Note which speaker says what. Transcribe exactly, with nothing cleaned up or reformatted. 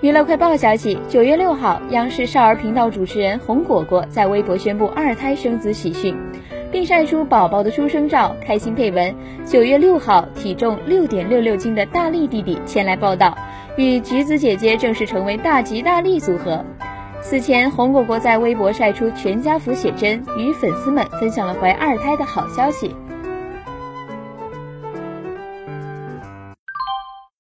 Speaker 1: 娱乐快报消息，九月六号，央视少儿频道主持人洪果果在微博宣布二胎生子喜讯，并晒出宝宝的出生照，开心配文：九月六号，体重六点六六斤的大力弟弟前来报道，与橘子姐姐正式成为大吉大利组合。此前，洪果果在微博晒出全家福写真，与粉丝们分享了怀二胎的好消息。